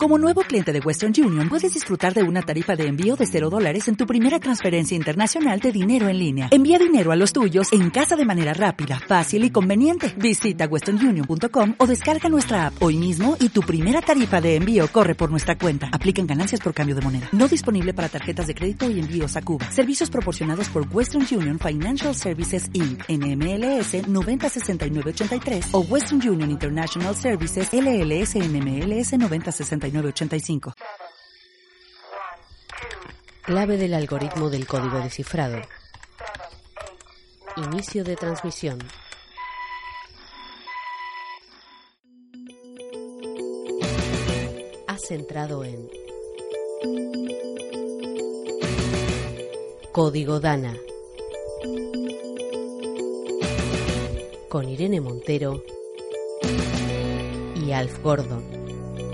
Como nuevo cliente de Western Union, puedes disfrutar de una tarifa de envío de $0 en tu primera transferencia internacional de dinero en línea. Envía dinero a los tuyos en casa de manera rápida, fácil y conveniente. Visita westernunion.com o descarga nuestra app hoy mismo y tu primera tarifa de envío corre por nuestra cuenta. Aplican ganancias por cambio de moneda. No disponible para tarjetas de crédito y envíos a Cuba. Servicios proporcionados por Western Union Financial Services Inc. NMLS 906983 o Western Union International Services LLS NMLS 906985. Clave del algoritmo del código descifrado. Inicio de transmisión. Has entrado en Código Dana con Irene Montero y Alf Gordon.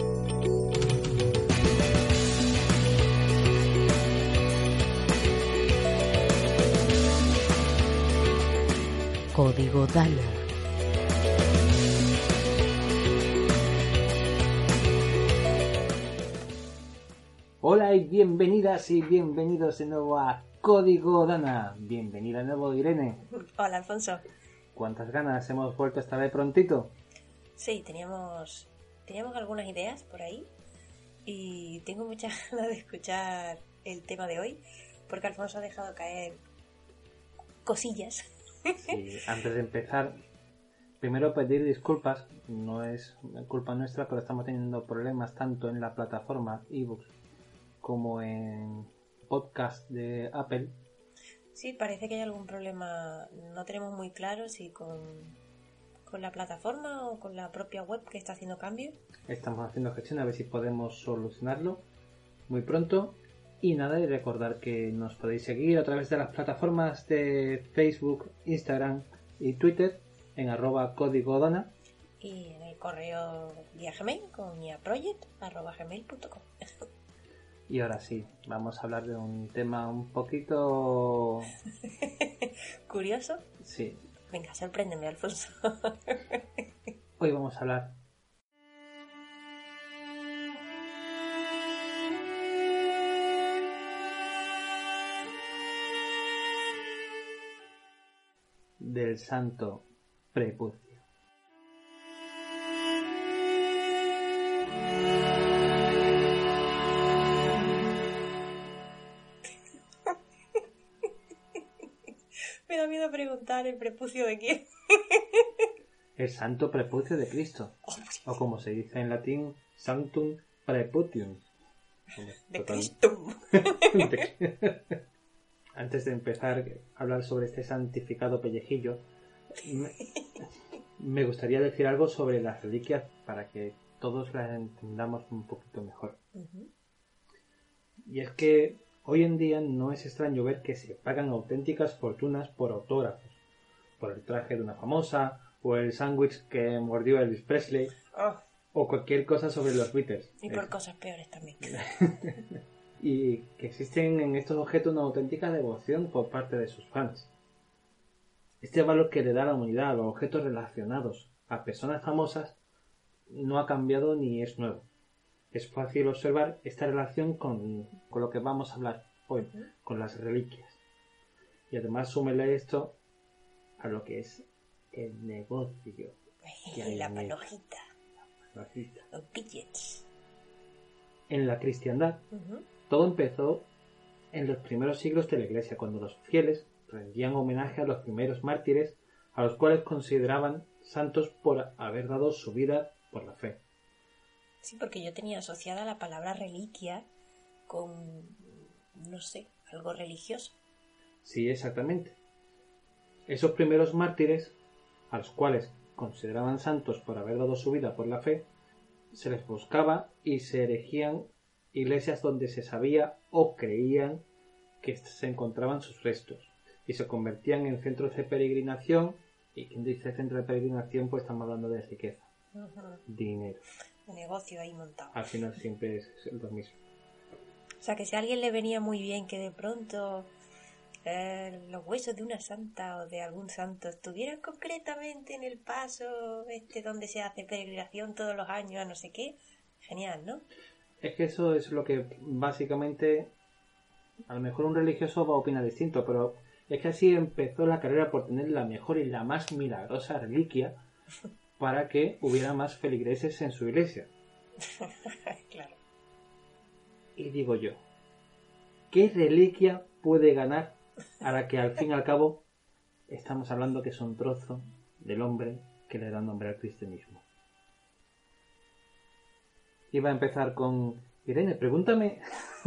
Código Dana. Hola y bienvenidas y bienvenidos de nuevo a Código Dana. Bienvenida de nuevo, Irene. Hola, Alfonso. ¿Cuántas ganas hemos vuelto esta vez prontito? Sí, teníamos algunas ideas por ahí y tengo muchas ganas de escuchar el tema de hoy porque Alfonso ha dejado caer cosillas. Sí, antes de empezar, primero pedir disculpas. No es culpa nuestra, pero estamos teniendo problemas tanto en la plataforma iVoox como en podcast de Apple. Sí, parece que hay algún problema. No tenemos muy claro si con la plataforma o con la propia web que está haciendo cambios. Estamos haciendo gestión a ver si podemos solucionarlo muy pronto. Y nada, y recordar que nos podéis seguir a través de las plataformas de Facebook, Instagram y Twitter en @códigodana. Y en el correo vía Gmail con miaproject@gmail.com. Y ahora sí, vamos a hablar de un tema un poquito... ¿Curioso? Sí. Venga, sorpréndeme, Alfonso. Hoy vamos a hablar del santo prepucio. Me da miedo preguntar el prepucio de quién. El santo prepucio de Cristo, o como se dice en latín, Sanctum Preputium. De Cristo. Antes de empezar a hablar sobre este santificado pellejillo, me gustaría decir algo sobre las reliquias para que todos las entendamos un poquito mejor. Y es que hoy en día no es extraño ver que se pagan auténticas fortunas por autógrafos, por el traje de una famosa, o el sándwich que mordió Elvis Presley, o cualquier cosa sobre los Beatles. Y por cosas peores también. Y que existen en estos objetos una auténtica devoción por parte de sus fans. Este valor que le da la humanidad a los objetos relacionados a personas famosas no ha cambiado ni es nuevo. Es fácil observar esta relación con lo que vamos a hablar hoy, con las reliquias. Y además súmele esto a lo que es el negocio. La palojita. Los billets. En la cristiandad, todo empezó en los primeros siglos de la Iglesia, cuando los fieles rendían homenaje a los primeros mártires, a los cuales consideraban santos por haber dado su vida por la fe. Sí, porque yo tenía asociada la palabra reliquia con, no sé, algo religioso. Sí, exactamente. Esos primeros mártires, a los cuales consideraban santos por haber dado su vida por la fe, se les buscaba y se erigían iglesias donde se sabía o creían que se encontraban sus restos, y se convertían en centros de peregrinación. Y quien dice centro de peregrinación, pues estamos hablando de riqueza, dinero, Un negocio ahí montado. al final siempre es lo mismo. O sea, que si a alguien le venía muy bien que de pronto los huesos de una santa o de algún santo estuvieran concretamente en el paso donde se hace peregrinación todos los años a no sé qué, genial, ¿no? Es que eso es lo que básicamente, a lo mejor un religioso va a opinar distinto, pero es que así empezó la carrera por tener la mejor y la más milagrosa reliquia para que hubiera más feligreses en su iglesia. Claro. Y digo yo, ¿qué reliquia puede ganar a la que al fin y al cabo estamos hablando que es un trozo del hombre que le da nombre al cristianismo? Iba a empezar con Irene, pregúntame.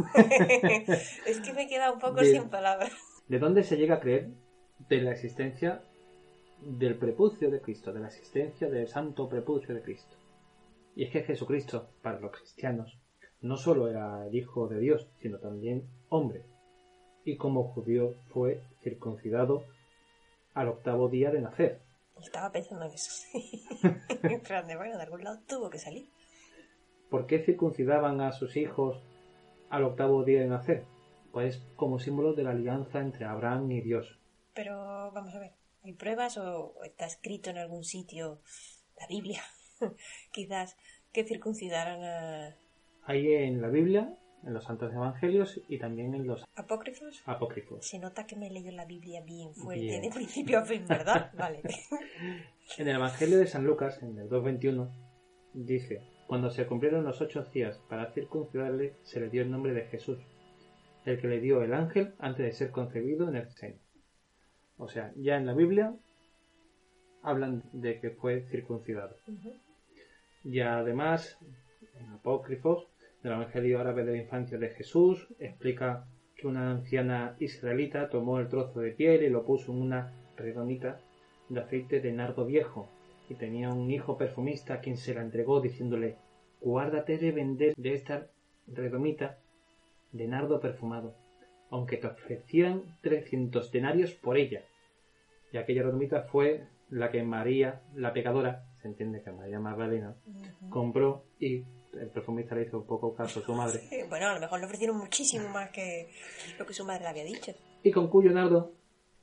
Es que me queda un poco sin palabras. ¿De dónde se llega a creer de la existencia del prepucio de Cristo, de la existencia del santo prepucio de Cristo? Y es que Jesucristo, para los cristianos, no solo era el Hijo de Dios, sino también hombre. Y como judío fue circuncidado al 8º día de nacer. Estaba pensando en eso. En plan de, bueno, de algún lado tuvo que salir. ¿Por qué circuncidaban a sus hijos al 8º día de nacer? Pues como símbolo de la alianza entre Abraham y Dios. Pero vamos a ver, ¿hay pruebas o está escrito en algún sitio, la Biblia, quizás, que circuncidaran a... Hay en la Biblia, en los Santos Evangelios y también en los apócrifos? Apócrifos. Se nota que me he leído la Biblia bien fuerte, Bien. de principio a fin, ¿verdad? Vale. En el Evangelio de San Lucas, en el 2:21, dice: cuando se cumplieron los 8 días para circuncidarle, se le dio el nombre de Jesús, el que le dio el ángel antes de ser concebido en el seno. O sea, ya en la Biblia hablan de que fue circuncidado. Uh-huh. Y además, en apócrifos, del Evangelio árabe de la infancia de Jesús, explica que una anciana israelita tomó el trozo de piel y lo puso en una redonita de aceite de nardo viejo, y tenía un hijo perfumista a quien se la entregó diciéndole: guárdate de vender de esta redomita de nardo perfumado, aunque te ofrecieran 300 denarios por ella. Y aquella redomita fue la que María, la pecadora, se entiende que María Magdalena, compró, y el perfumista le hizo un poco caso a su madre. Bueno, a lo mejor le ofrecieron muchísimo más que lo que su madre le había dicho. Y con cuyo nardo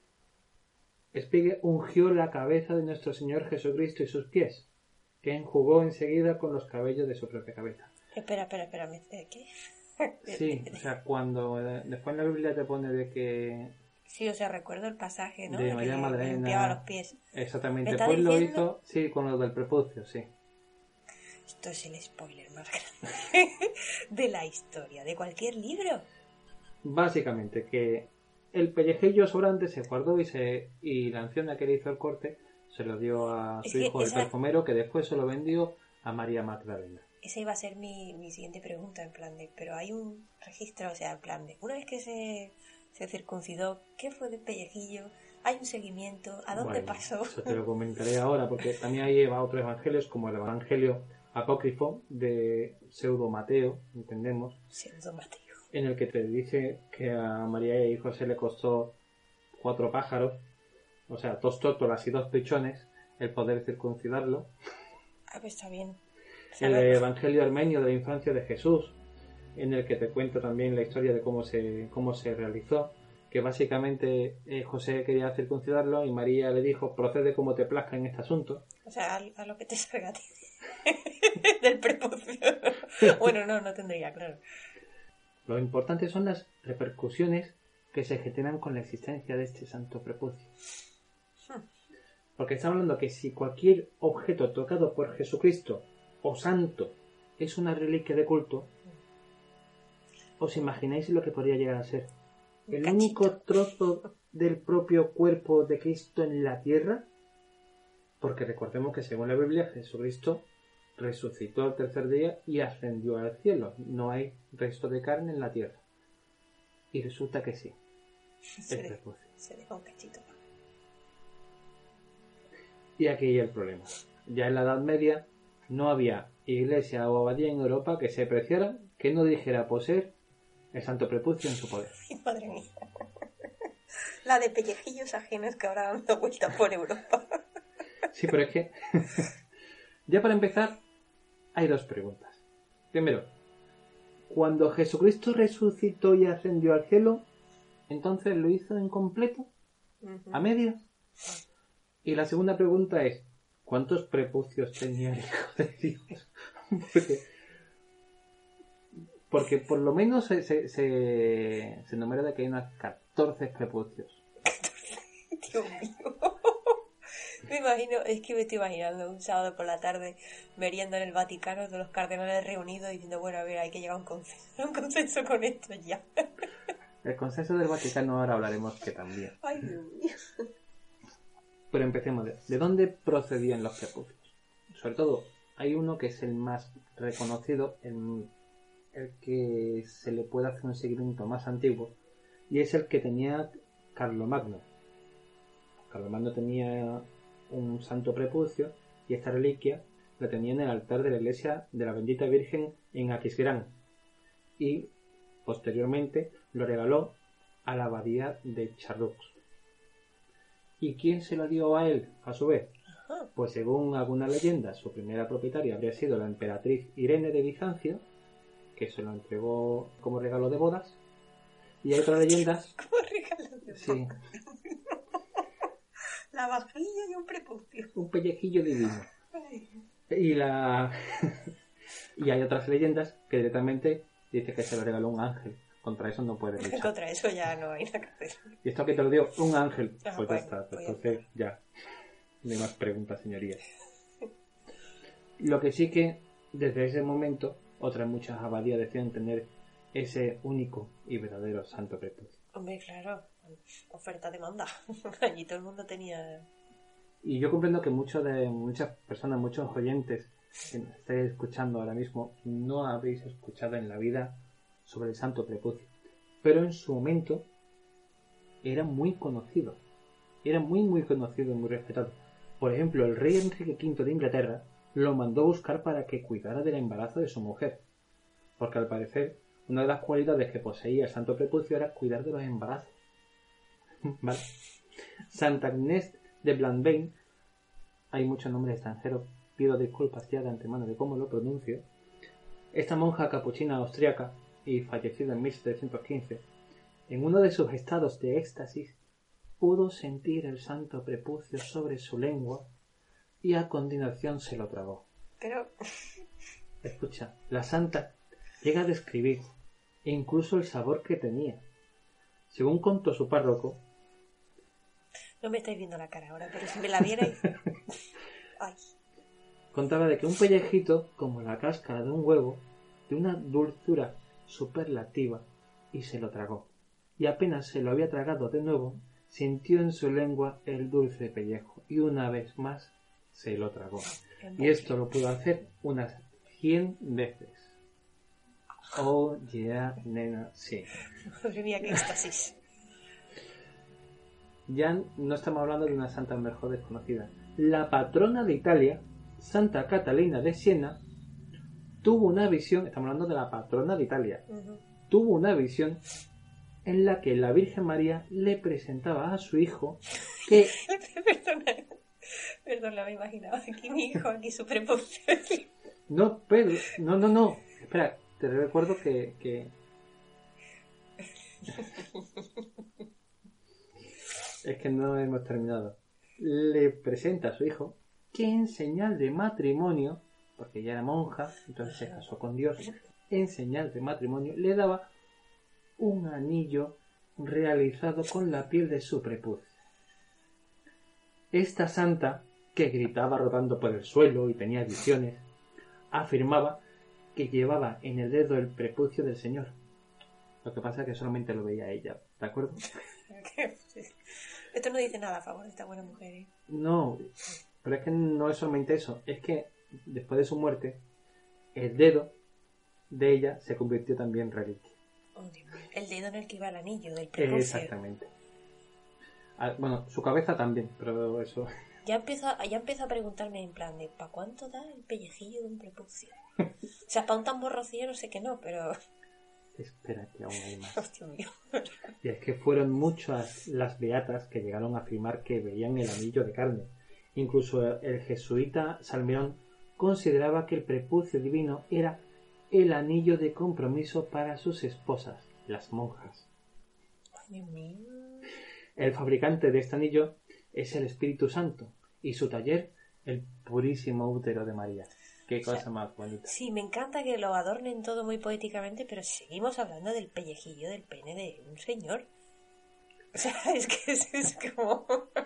Spigue ungió la cabeza de nuestro Señor Jesucristo y sus pies, que enjugó enseguida con los cabellos de su propia cabeza. Espera, ¿qué? Sí, o sea, cuando después en la Biblia te pone de que... Sí, o sea, recuerdo el pasaje, ¿no? De María que Magdalena. limpiaba los pies. Exactamente, ¿Me está después lo diciendo? hizo, sí, con lo del prepucio, sí. Esto es el spoiler más grande de la historia, de cualquier libro. Básicamente, que el pellejillo sobrante se guardó y la anciana que le hizo el corte se lo dio a su hijo, el perfumero, que después se lo vendió a María Magdalena. Esa iba a ser mi siguiente pregunta, en plan de, pero hay un registro, o sea, en plan de, una vez que se circuncidó, ¿qué fue del pellejillo? ¿Hay un seguimiento? ¿A dónde pasó? Eso te lo comentaré ahora, porque también ahí va otros evangelios, como el evangelio apócrifo de Pseudo Mateo, entendemos. Pseudo Mateo. En el que te dice que a María y José le costó 4 pájaros, o sea, 2 tórtolas y 2 pichones, el poder circuncidarlo. Ah, pues está bien. El evangelio armenio de la infancia de Jesús, en el que te cuento también la historia de cómo se realizó, que básicamente José quería circuncidarlo y María le dijo: procede como te plazca en este asunto. O sea, a lo que te salga a ti. Del prepucio. Bueno, no tendría, claro. Lo importante son las repercusiones que se generan con la existencia de este santo prepucio. Porque estamos hablando que si cualquier objeto tocado por Jesucristo o santo es una reliquia de culto, ¿os imagináis lo que podría llegar a ser? ¿El único trozo del propio cuerpo de Cristo en la tierra? Porque recordemos que según la Biblia, Jesucristo resucitó al 3er día y ascendió al cielo. No hay resto de carne en la tierra. Y resulta que sí. Se dejó un cachito. Y aquí hay el problema. Ya en la Edad Media no había iglesia o abadía en Europa que se preciara que no dijera poseer el santo prepucio en su poder. Madre mía. La de pellejillos ajenos que ahora dando vuelta por Europa. Sí, pero es que ya para empezar hay 2 preguntas. Primero, cuando Jesucristo resucitó y ascendió al cielo, ¿entonces lo hizo en completo? ¿A medias? Y la segunda pregunta es: ¿cuántos prepucios tenía el Hijo de Dios? Porque Porque por lo menos se enumera de que hay unas 14 prepucios. Dios mío. Me imagino, es que me estoy imaginando un sábado por la tarde meriendo en el Vaticano de los cardenales reunidos diciendo, bueno, a ver, hay que llegar a un consenso con esto ya. El consenso del Vaticano ahora hablaremos que también. Ay, Dios mío. Pero empecemos de dónde procedían los prepucios. Sobre todo, hay uno que es el más reconocido, el que se le puede hacer un seguimiento más antiguo, y es el que tenía Carlomagno. Carlomagno tenía un santo prepucio y esta reliquia la tenía en el altar de la iglesia de la bendita Virgen en Aquisgrán y posteriormente lo regaló a la abadía de Charroux. ¿Y quién se lo dio a él a su vez? Pues según algunas leyendas su primera propietaria habría sido la emperatriz Irene de Bizancio, que se lo entregó como regalo de bodas, y hay otras leyendas ¿Cómo regalo de bodas? sí, La vajilla y un prepucio. un pellejillo divino. Ay. Y hay otras leyendas que directamente dice que se lo regaló un ángel. Contra eso no puede luchar. Contra eso ya no hay nada que hacer. Y esto que te lo dio un ángel, Ah, pues bueno, ya está. pues Entonces ya. No hay más preguntas, señorías. Lo que sí que desde ese momento otras muchas abadías decían tener ese único y verdadero santo prepucio. Hombre, claro. Oferta-demanda. Allí todo el mundo tenía... Y yo comprendo que muchas personas, muchos oyentes que nos estáis escuchando ahora mismo, no habéis escuchado en la vida sobre el santo prepucio. Pero en su momento era muy conocido. Era muy conocido y muy respetado. Por ejemplo, el rey Enrique V de Inglaterra lo mandó a buscar para que cuidara del embarazo de su mujer. Porque al parecer, una de las cualidades que poseía el santo prepucio era cuidar de los embarazos. ¿Vale? Santa Agnès de Blanvain, hay muchos nombres extranjeros, pido disculpas ya de antemano de cómo lo pronuncio. Esta monja capuchina austriaca y fallecida en 1715, en uno de sus estados de éxtasis, pudo sentir el santo prepucio sobre su lengua y a continuación se lo tragó. Pero... Escucha, la santa llega a describir incluso el sabor que tenía. Según contó su párroco, No me estáis viendo la cara ahora, pero si me la vierais... Ay. contaba de que un pellejito, como la cáscara de un huevo, de una dulzura superlativa, y se lo tragó. Y apenas se lo había tragado de nuevo, sintió en su lengua el dulce pellejo, y una vez más se lo tragó. Y esto lo pudo hacer unas 100 veces. Oh, yeah, nena, sí. Madre mía, qué éxtasis. Ya no estamos hablando de una santa mejor desconocida. La patrona de Italia, Santa Catalina de Siena, tuvo una visión, estamos hablando de la patrona de Italia, tuvo una visión en la que la Virgen María le presentaba a su hijo que... Perdona, me imaginaba aquí mi hijo, aquí su prepucio. No, pero... No. Espera, te recuerdo que... Es que no hemos terminado. Le presenta a su hijo que en señal de matrimonio, porque ella era monja, entonces se casó con Dios, en señal de matrimonio le daba un anillo realizado con la piel de su prepucio. Esta santa, que gritaba rodando por el suelo y tenía visiones, afirmaba que llevaba en el dedo el prepucio del Señor. Lo que pasa es que solamente lo veía ella, ¿de acuerdo? Esto no dice nada a favor de esta buena mujer, ¿eh? No, pero es que no es solamente eso, es que después de su muerte, el dedo de ella se convirtió también en reliquia. Oh, Dios mío. El dedo en el que iba el anillo del prepucio. Exactamente. Bueno, su cabeza también, pero eso... Ya empiezo a preguntarme en plan de ¿para cuánto da el pellejillo de un prepucio? O sea, para un tambor rocío no sé que no, pero... Espera, que aún hay más. Hostia mío. Y es que fueron muchas las beatas que llegaron a afirmar que veían el anillo de carne. Incluso el jesuita Salmerón consideraba que el prepucio divino era el anillo de compromiso para sus esposas, las monjas. Ay, Dios mío. El fabricante de este anillo es el Espíritu Santo y su taller el purísimo útero de María. Qué cosa más bonita. Sí, me encanta que lo adornen todo muy poéticamente, pero seguimos hablando del pellejillo del pene de un señor. O sea, es que es como...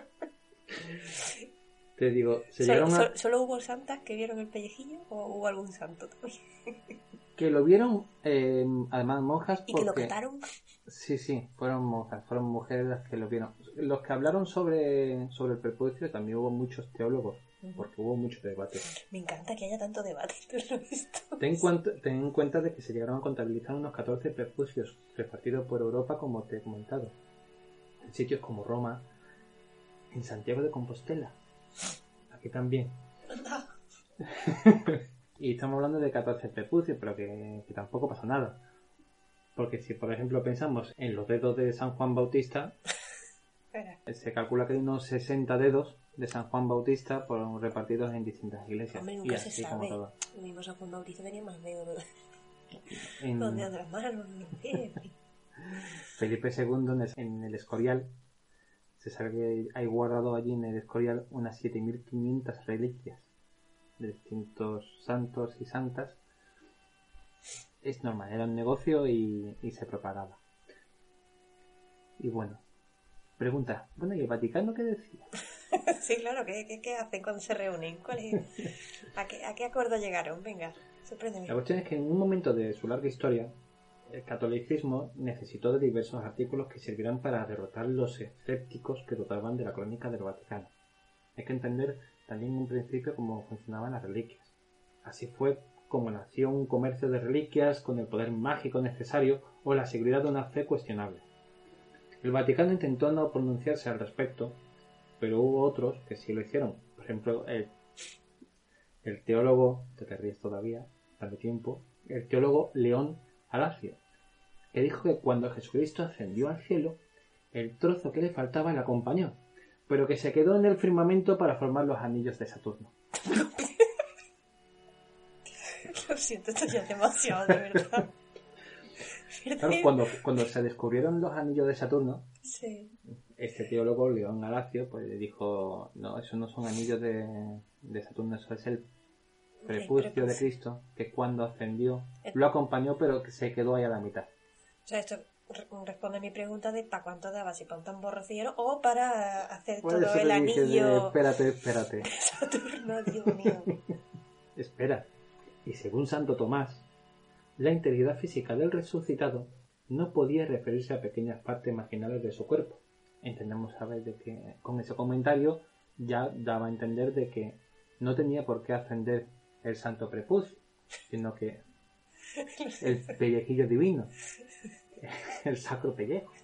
Te digo, se llegaron a... ¿Solo hubo santas que vieron el pellejillo o hubo algún santo también? Que lo vieron, además monjas, ¿Y que lo cataron? Sí, fueron monjas, fueron mujeres las que lo vieron. Los que hablaron sobre el prepucio también hubo muchos teólogos, porque hubo mucho debate. Me encanta que haya tanto debate entre esto. Ten en cuenta de que se llegaron a contabilizar unos 14 prepucios repartidos por Europa, como te he comentado. En sitios como Roma, en Santiago de Compostela, aquí también. Y estamos hablando de 14 prepucios, pero que tampoco pasa nada. Porque si, por ejemplo, pensamos en los dedos de San Juan Bautista, se calcula que hay unos 60 dedos de San Juan Bautista repartidos en distintas iglesias. Hombre, nunca y se así sabe. como todo. El mismo San Juan Bautista tenía más dedos. Los dedos de las manos, los pies. Felipe II en el Escorial, se sabe que hay guardado allí en el Escorial unas 7.500 reliquias de distintos santos y santas. Es normal, era un negocio y se propagaba. Y bueno, pregunta, ¿y el Vaticano qué decía? Sí, claro, ¿qué hacen cuando se reúnen? ¿A qué acuerdo llegaron? Venga, sorpréndeme. La cuestión es que en un momento de su larga historia, el catolicismo necesitó de diversos artículos que sirvieran para derrotar los escépticos que dotaban de la crónica del Vaticano. Hay que entender también en principio cómo funcionaban las reliquias. Así fue como nació un comercio de reliquias con el poder mágico necesario o la seguridad de una fe cuestionable. El Vaticano intentó no pronunciarse al respecto, pero hubo otros que sí lo hicieron. Por ejemplo, el teólogo, te ríes todavía, dame tiempo, el teólogo León Alacio, que dijo que cuando Jesucristo ascendió al cielo, el trozo que le faltaba le acompañó, pero que se quedó en el firmamento para formar los anillos de Saturno. Lo siento, esto ya es demasiado, de verdad. Claro, cuando se descubrieron los anillos de Saturno, sí. Este teólogo, León Alacio, pues le dijo, no, eso no son anillos de Saturno, eso es el prepucio de Cristo, que cuando ascendió lo acompañó, pero que se quedó ahí a la mitad. O sea, esto responde a mi pregunta de ¿para cuánto daba? ¿Si para un tambor rociero o para hacer Por todo eso el te dije anillo? Espérate. Saturno, Dios mío. Espera. Y según Santo Tomás, la integridad física del resucitado no podía referirse a pequeñas partes marginales de su cuerpo. Entendemos, ¿sabes?, de que con ese comentario ya daba a entender de que no tenía por qué ascender el santo prepucio, sino que el pellejillo divino, el sacro pellejo.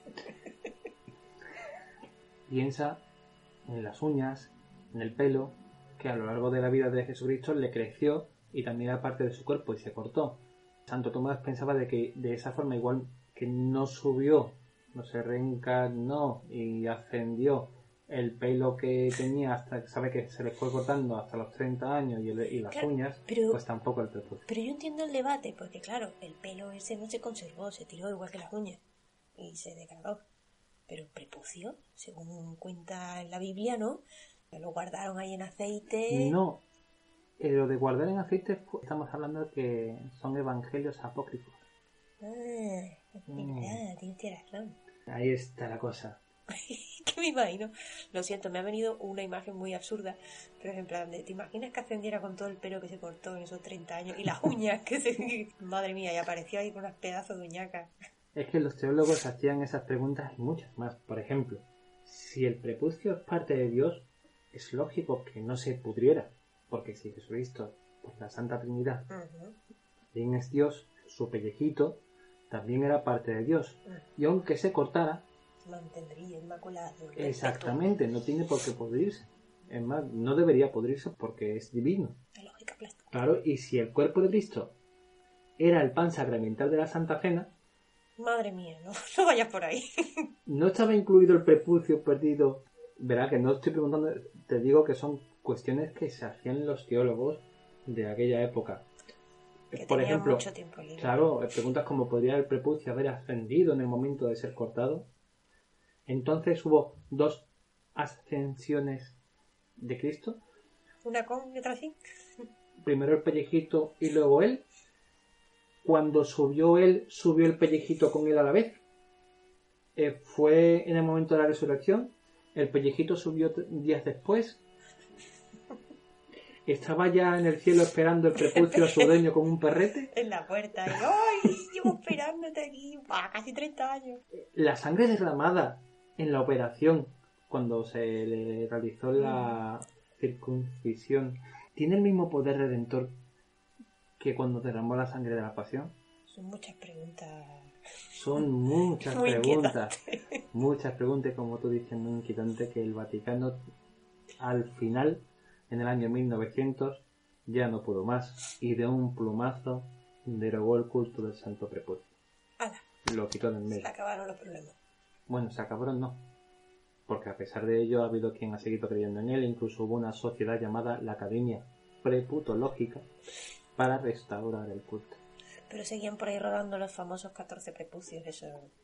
Piensa en las uñas, en el pelo, que a lo largo de la vida de Jesucristo le creció y también era parte de su cuerpo y se cortó. Santo Tomás pensaba de que de esa forma, igual que no subió, no se reencarnó y ascendió el pelo que tenía hasta, sabe que se le fue cortando hasta los 30 años y las uñas, pues tampoco el prepucio. Pero yo entiendo el debate, porque claro, el pelo ese no se conservó, se tiró igual que las uñas y se degradó. Pero el prepucio, según cuenta en la Biblia, ¿no? Lo guardaron ahí en aceite. No, lo de guardar en aceite, estamos hablando de que son evangelios apócrifos. Tienes razón. Ahí está la cosa. Que me imagino. Lo siento, me ha venido una imagen muy absurda. Pero es en plan de, ¿te imaginas que ascendiera con todo el pelo que se cortó en esos 30 años? Y las uñas que se... Madre mía, y apareció ahí con unos pedazos de uñaca. Es que los teólogos hacían esas preguntas y muchas más. Por ejemplo, si el prepucio es parte de Dios, es lógico que no se pudriera. Porque si Jesucristo, por la Santa Trinidad, bien es Dios, su pellejito también era parte de Dios. Y aunque se cortara, se mantendría inmaculado. Exactamente, no tiene por qué pudrirse. Es más, no debería pudrirse porque es divino. La lógica plástica. Claro, y si el cuerpo de Cristo era el pan sacramental de la Santa Cena, madre mía, no vayas por ahí. No estaba incluido el prepucio perdido. Verá que no estoy preguntando, te digo que son cuestiones que se hacían los teólogos de aquella época. Que por ejemplo, mucho tiempo libre. Claro, preguntas como ¿podría el prepucio haber ascendido en el momento de ser cortado? Entonces hubo 2 ascensiones de Cristo. ¿Una con y otra sin? primero el pellejito y luego él. Cuando subió él, subió el pellejito con él a la vez. Fue en el momento de la resurrección. El pellejito subió días después. Estaba ya en el cielo esperando el prepucio a su dueño con un perrete. En la puerta. Y, ¡ay! Llevo esperándote aquí casi 30 años. La sangre derramada en la operación, cuando se le realizó la circuncisión, ¿tiene el mismo poder redentor que cuando derramó la sangre de la pasión? Son muchas preguntas. Son muchas Muy preguntas. Muchas preguntas, como tú dices, muy inquietante, que el Vaticano al final, en el año 1900, ya no pudo más y de un plumazo derogó el culto del Santo Prepucio. ¡Hala! Lo quitó del Se medio. acabaron los problemas. Bueno, se acabaron no, porque a pesar de ello ha habido quien ha seguido creyendo en él. Incluso hubo una sociedad llamada la Academia Preputológica para restaurar el culto. Pero seguían por ahí rodando los famosos 14 prepucios, eso.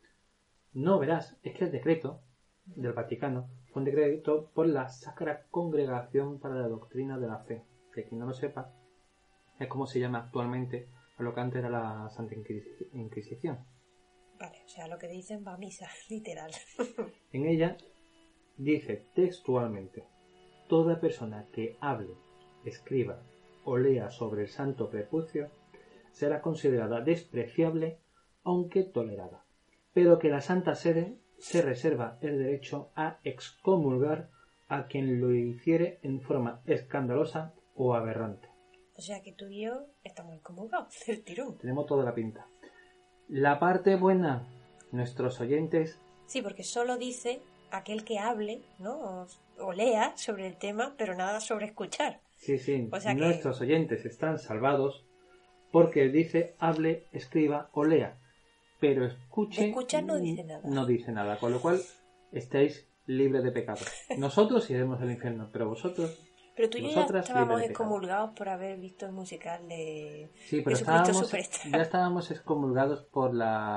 No, verás, es que el decreto del Vaticano fue un decreto por la Sacra Congregación para la Doctrina de la Fe, que quien no lo sepa es como se llama actualmente a lo que antes era la Santa Inquisición. Vale, o sea, lo que dicen va a misa, literal. En ella dice textualmente: toda persona que hable, escriba o lea sobre el Santo Prepucio será considerada despreciable, aunque tolerada, pero que la Santa Sede se reserva el derecho a excomulgar a quien lo hiciere en forma escandalosa o aberrante. O sea que tú y yo estamos excomulgados del tirón. Tenemos toda la pinta. La parte buena, nuestros oyentes... Sí, porque solo dice aquel que hable, ¿no? O lea sobre el tema, pero nada sobre escuchar. Sí, O sea nuestros oyentes están salvados porque dice hable, escriba o lea, pero escuche... Escuchar no dice nada. No dice nada, con lo cual estáis libres de pecado. Nosotros iremos al infierno, pero vosotros... Pero tú y yo ya vosotras, estábamos libres de pecado. excomulgados por haber visto el musical de Sí, pero Jesucristo Superstar. ya estábamos excomulgados por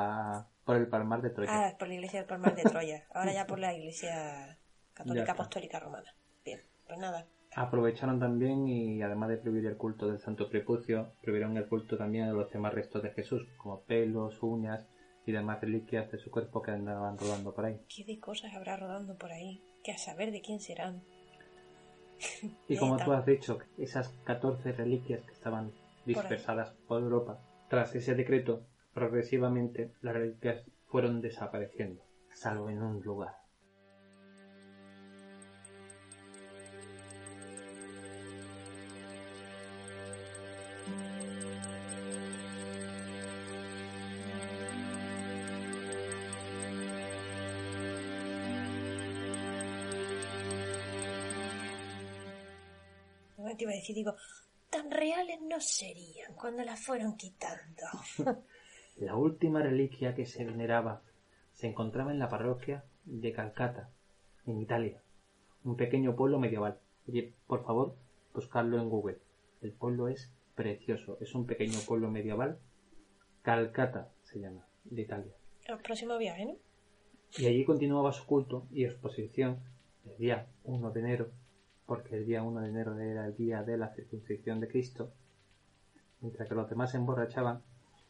el Palmar de Troya. Ah, por la iglesia del Palmar de Troya. Ahora ya por la iglesia católica apostólica romana. Bien, pues nada. Aprovecharon también y además de prohibir el culto del Santo Prepucio, prohibieron el culto también de los demás restos de Jesús, como pelos, uñas y demás reliquias de su cuerpo que andaban rodando por ahí. ¿Qué de cosas habrá rodando por ahí? Que a saber de quién serán. Y como tú has dicho, esas 14 reliquias que estaban dispersadas por Europa, tras ese decreto, progresivamente las reliquias fueron desapareciendo, salvo en un lugar. Te iba a decir, digo, tan reales no serían cuando las fueron quitando. La última reliquia que se veneraba se encontraba en la parroquia de Calcata, en Italia, un pequeño pueblo medieval. Oye, por favor, buscarlo en Google. El pueblo es precioso, es un pequeño pueblo medieval, Calcata se llama, de Italia. El próximo viaje, ¿no? Y allí continuaba su culto y exposición el día 1 de enero, porque el día 1 de enero era el día de la circuncisión de Cristo, mientras que los demás se emborrachaban.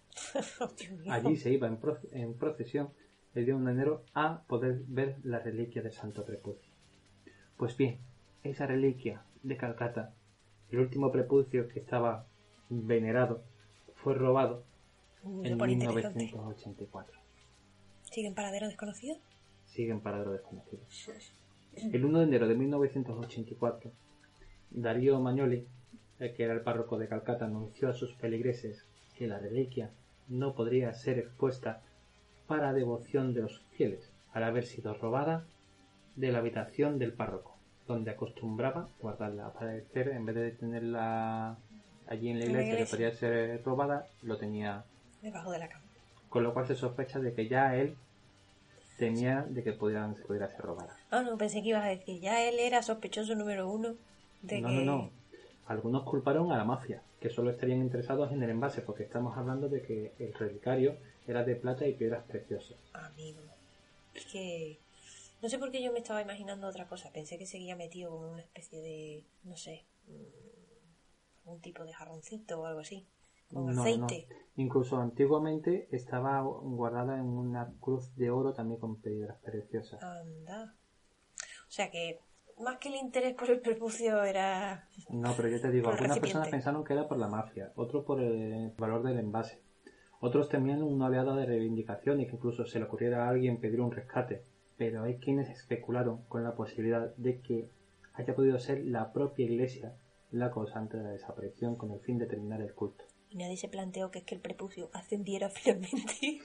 Allí se iba en procesión el día 1 de enero a poder ver la reliquia del Santo Prepucio. Pues bien, esa reliquia de Calcata, el último prepucio que estaba venerado, fue robado en 1984. ¿Sigue en paradero desconocido? Sigue en paradero desconocido. El 1 de enero de 1984, Darío Magnoli, que era el párroco de Calcata, anunció a sus feligreses que la reliquia no podría ser expuesta para devoción de los fieles, al haber sido robada de la habitación del párroco, donde acostumbraba guardarla. Al parecer, en vez de tenerla allí en la iglesia, que podría ser robada, lo tenía debajo de la cama. Con lo cual se sospecha de que ya él temía de que se pudiera ser robada. Ah, no, pensé que ibas a decir, ya él era sospechoso número 1 de que... No. Algunos culparon a la mafia, que solo estarían interesados en el envase, porque estamos hablando de que el relicario era de plata y piedras preciosas. Amigo, es que... No sé por qué yo me estaba imaginando otra cosa. Pensé que seguía metido como una especie de... no sé... un tipo de jarroncito o algo así, con No, aceite. no. Incluso antiguamente estaba guardada en una cruz de oro también con piedras preciosas. Anda. O sea que más que el interés por el prepucio era No, pero yo te digo, por el algunas personas recipiente. pensaron que era por la mafia, otros por el valor del envase. Otros temían una oleada de reivindicación y que incluso se le ocurriera a alguien pedir un rescate. Pero hay quienes especularon con la posibilidad de que haya podido ser la propia iglesia la causante de la desaparición con el fin de terminar el culto. Y nadie se planteó que es que el prepucio ascendiera finalmente.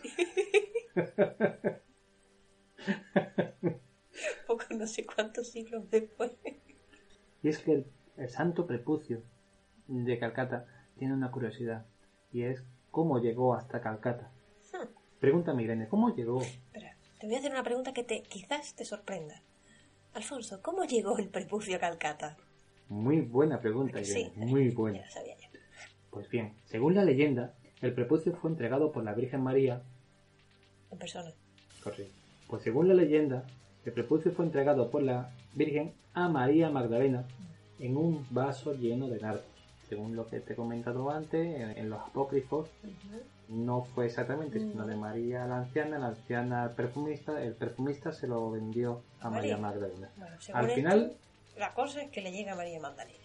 Poco no sé cuántos siglos después. Y es que el santo prepucio de Calcata tiene una curiosidad, y es cómo llegó hasta Calcata. Pregúntame, Irene, ¿cómo llegó? Espera, te voy a hacer una pregunta que quizás te sorprenda. Alfonso, ¿cómo llegó el prepucio a Calcata? Muy buena pregunta, Irene, Sí, muy buena. ya lo sabía yo. Pues bien, según la leyenda, el prepucio fue entregado por la Virgen María. En persona. Correcto. Pues según la leyenda, el prepucio fue entregado por la Virgen a María Magdalena en un vaso lleno de nardos. Según lo que te he comentado antes, en los apócrifos, no fue exactamente, sino de María la anciana al perfumista, el perfumista se lo vendió a María Magdalena. Bueno, según Al esto, final, la cosa es que le llega a María Magdalena.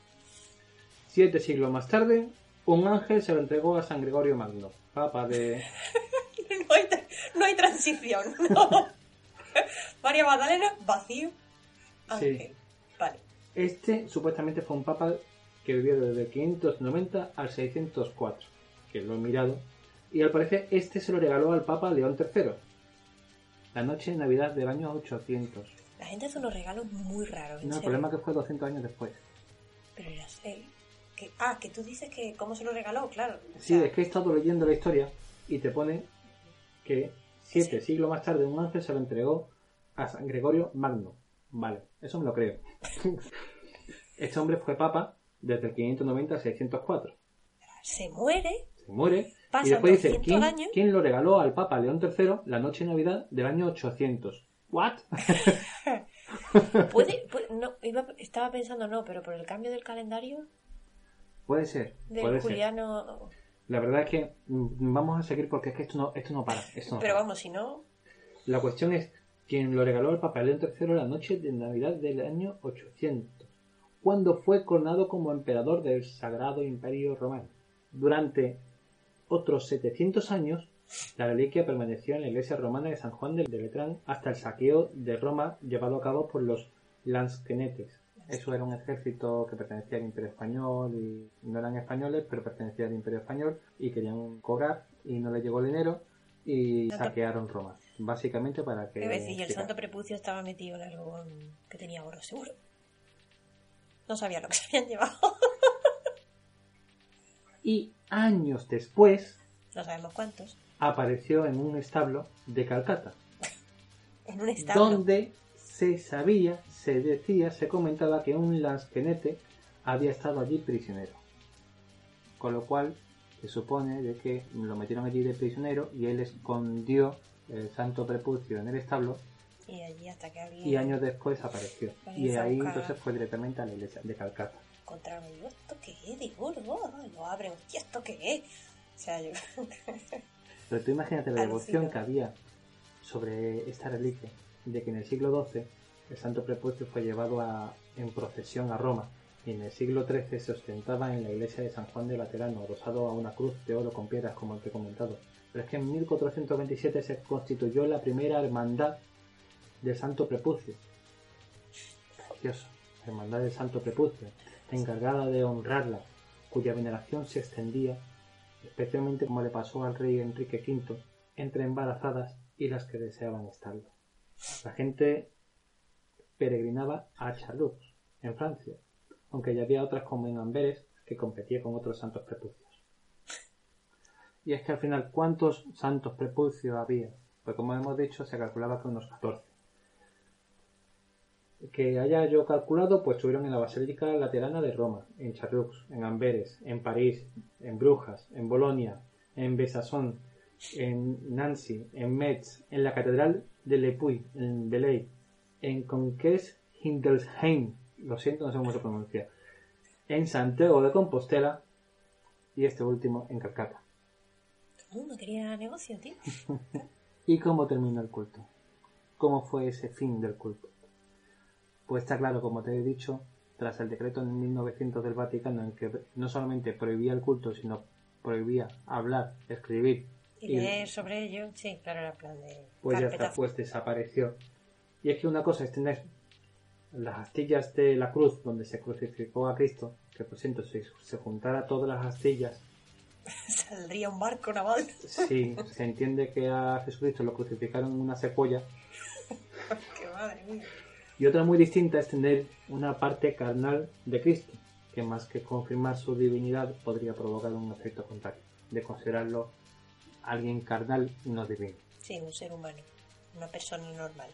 7 siglos más tarde, un ángel se lo entregó a San Gregorio Magno, papa de... No hay transición, no. María Magdalena, vacío, ángel. Sí. Vale. Este supuestamente fue un papa que vivió desde el 590 al 604, que lo he mirado, y al parecer este se lo regaló al papa León III, la noche de Navidad del año 800. La gente hace unos regalos muy raros. No, el problema es que fue 200 años después. Pero era él. Que tú dices que cómo se lo regaló, claro. Sí, es que he estado leyendo la historia y te pone que 7 siglos más tarde un ángel se lo entregó a San Gregorio Magno. Vale, eso me lo creo. Este hombre fue papa desde el 590 al 604. Se muere. Se muere. Pasan Y después dice, 200 años. ¿quién lo regaló al papa León III la noche de Navidad del año 800? ¿What? No, estaba pensando no, pero por el cambio del calendario Puede ser. del Puede ser. juliano. La verdad es que vamos a seguir porque es que esto no para. Pero vamos, si no. La cuestión es quién lo regaló al Papa León III la noche de Navidad del año 800, cuando fue coronado como emperador del Sagrado Imperio Romano. Durante otros 700 años, la reliquia permaneció en la iglesia romana de San Juan de Letrán hasta el saqueo de Roma llevado a cabo por los lansquenetes. Eso era un ejército que pertenecía al Imperio Español y no eran españoles, pero pertenecían al Imperio Español y querían cobrar y no les llegó el dinero y saquearon Roma. Básicamente para que... Y el santo prepucio estaba metido en algo que tenía oro, seguro. No sabía lo que se habían llevado. Y años después... No sabemos cuántos. Apareció en un establo de Calcata. En un establo. Donde se sabía, se decía, se comentaba que un lansquenete había estado allí prisionero. Con lo cual se supone de que lo metieron allí de prisionero y él escondió el santo prepucio en el establo y allí hasta que alguien... y años después apareció. Y ahí entonces fue directamente a la iglesia de Calcata. Encontraron y digo, ¿esto qué es? Digo, lo abren, hostia, ¿esto qué es? O sea, yo... Pero tú imagínate la devoción que había sobre esta reliquia, de que en el siglo XII el santo prepucio fue llevado en procesión a Roma y en el siglo XIII se ostentaba en la iglesia de San Juan de Laterano, adosado a una cruz de oro con piedras, como el que he comentado. Pero es que en 1427 se constituyó la primera hermandad del santo prepucio. Precioso, la hermandad del santo prepucio, encargada de honrarla, cuya veneración se extendía, especialmente como le pasó al rey Enrique V, entre embarazadas y las que deseaban estarlo. La gente peregrinaba a Charlux, en Francia, aunque ya había otras como en Amberes que competía con otros santos prepucios. Y es que al final, ¿cuántos santos prepucios había? Pues como hemos dicho, se calculaba que unos 14. Que haya yo calculado, pues estuvieron en la Basílica Laterana de Roma, en Charlux, en Amberes, en París, en Brujas, en Bolonia, en Besançon, en Nancy, en Metz, en la Catedral de Le Puy, en Belay, en Conques Hildesheim, lo siento, no sé cómo se pronuncia, en Santiago de Compostela y este último en Calcata. Todo el mundo quería negocio, tío. ¿Y cómo terminó el culto? ¿Cómo fue ese fin del culto? Pues está claro, como te he dicho, tras el decreto en 1900 del Vaticano en que no solamente prohibía el culto, sino prohibía hablar, escribir y leer sobre ello. Sí, claro, era plan de pues ya está, pues desapareció. Y es que una cosa es tener las astillas de la cruz donde se crucificó a Cristo, que por cierto, si se juntara todas las astillas saldría un barco naval. Sí, se entiende que a Jesucristo lo crucificaron en una secuoya. ¡Qué madre mía! Y otra muy distinta es tener una parte carnal de Cristo, que más que confirmar su divinidad podría provocar un efecto contrario, de considerarlo alguien carnal y no divino. Sí, un ser humano, una persona normal.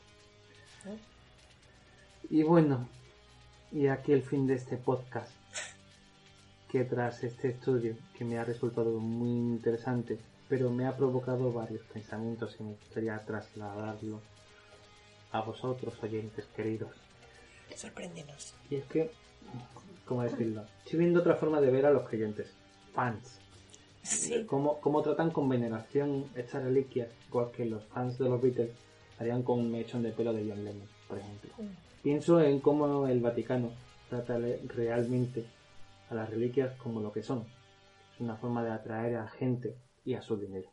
Y bueno, y aquí el fin de este podcast, que tras este estudio, que me ha resultado muy interesante, pero me ha provocado varios pensamientos y me gustaría trasladarlo a vosotros, oyentes queridos. Sorpréndenos. Y es que, ¿cómo decirlo? Estoy viendo otra forma de ver a los creyentes, fans. Sí. Cómo tratan con veneración estas reliquias, igual que los fans de los Beatles harían con un mechón de pelo de John Lennon, por ejemplo. Pienso en cómo el Vaticano trata realmente a las reliquias como lo que son. Es una forma de atraer a la gente y a su dinero.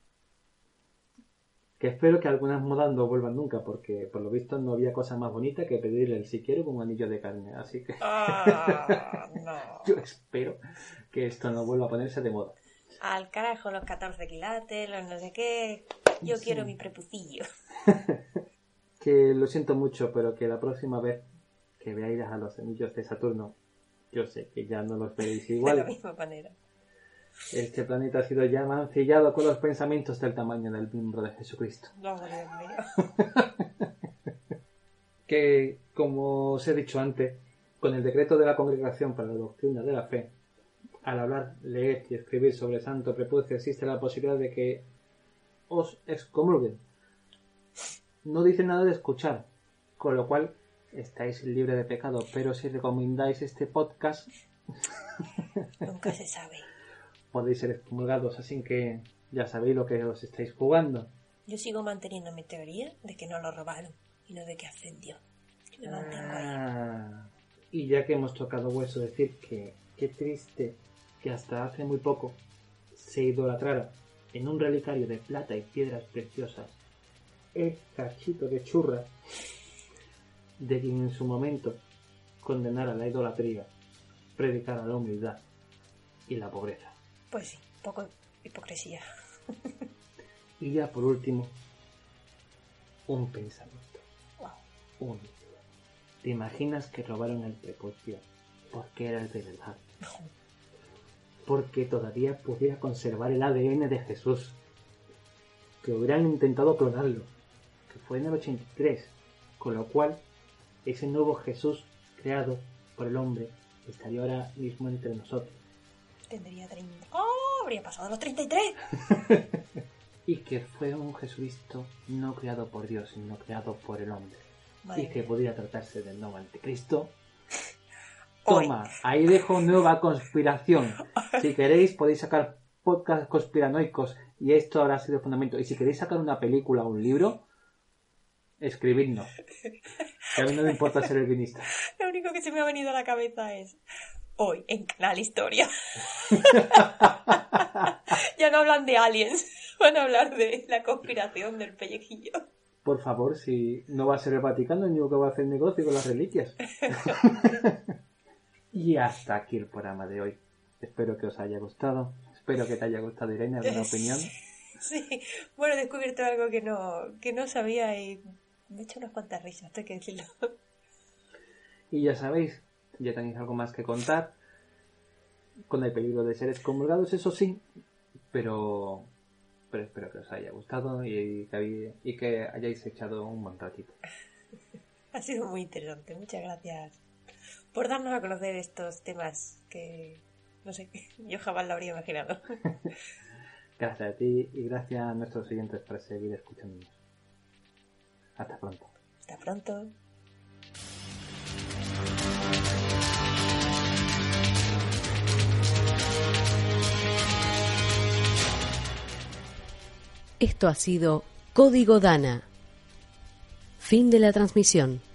Que espero que algunas modas no vuelvan nunca, porque por lo visto no había cosa más bonita que pedirle el si quiero con un anillo de carne. Así que no. yo espero que esto no vuelva a ponerse de moda. Al carajo los 14 quilates, los no sé qué. Yo sí quiero mi prepucillo. Que lo siento mucho, pero que la próxima vez que veáis a los anillos de Saturno, yo sé que ya no los veréis igual. De la misma manera. Este planeta ha sido ya mancillado con los pensamientos del tamaño del miembro de Jesucristo. No, Dios mío. Que, como os he dicho antes, con el decreto de la Congregación para la Doctrina de la Fe, al hablar, leer y escribir sobre santo prepucio existe la posibilidad de que os excomulguen. No dice nada de escuchar, con lo cual estáis libres de pecado, pero si recomendáis este podcast nunca se sabe. Podéis ser excomulgados, así que ya sabéis lo que os estáis jugando. Yo sigo manteniendo mi teoría de que no lo robaron y no de que ascendió. Que me mantengo ahí. Y ya que hemos tocado hueso, decir que qué triste que hasta hace muy poco se idolatrara en un relicario de plata y piedras preciosas el cachito de churra de quien en su momento condenara la idolatría, predicara la humildad y la pobreza. Pues sí, poco hipocresía. Y ya por último, un pensamiento. Wow. Uno. ¿Te imaginas que robaron el prepucio porque era el de verdad? Porque todavía pudiera conservar el ADN de Jesús. Que hubieran intentado clonarlo. Que fue en el 83. Con lo cual, ese nuevo Jesús creado por el hombre estaría ahora mismo entre nosotros. Tendría 30. ¡Oh! Habría pasado los 33. Y que fue un Jesucristo no creado por Dios, sino creado por el hombre. Madre y que podría tratarse del nuevo anticristo. Toma, ahí dejo nueva conspiración. Si queréis podéis sacar podcasts conspiranoicos y esto habrá sido fundamento. Y si queréis sacar una película o un libro, escribidnos. Que a mí no me importa ser el guionista. Lo único que se me ha venido a la cabeza es hoy en Canal Historia. Ya no hablan de aliens, van a hablar de la conspiración del pellejillo. Por favor, si no va a ser el Vaticano el único que va a hacer negocio con las reliquias. Y hasta aquí el programa de hoy. Espero que os haya gustado. Espero que te haya gustado, Irene, alguna opinión. Sí, bueno, he descubierto algo que no sabía y me he hecho unas cuantas risas, tengo que decirlo. Y ya sabéis, ya tenéis algo más que contar. Con el peligro de ser excomulgados, eso sí. Pero espero que os haya gustado y que hayáis echado un buen ratito. Ha sido muy interesante, muchas gracias por darnos a conocer estos temas que, no sé, yo jamás lo habría imaginado. Gracias a ti y gracias a nuestros oyentes por seguir escuchándonos. Hasta pronto. Hasta pronto. Esto ha sido Código Dana. Fin de la transmisión.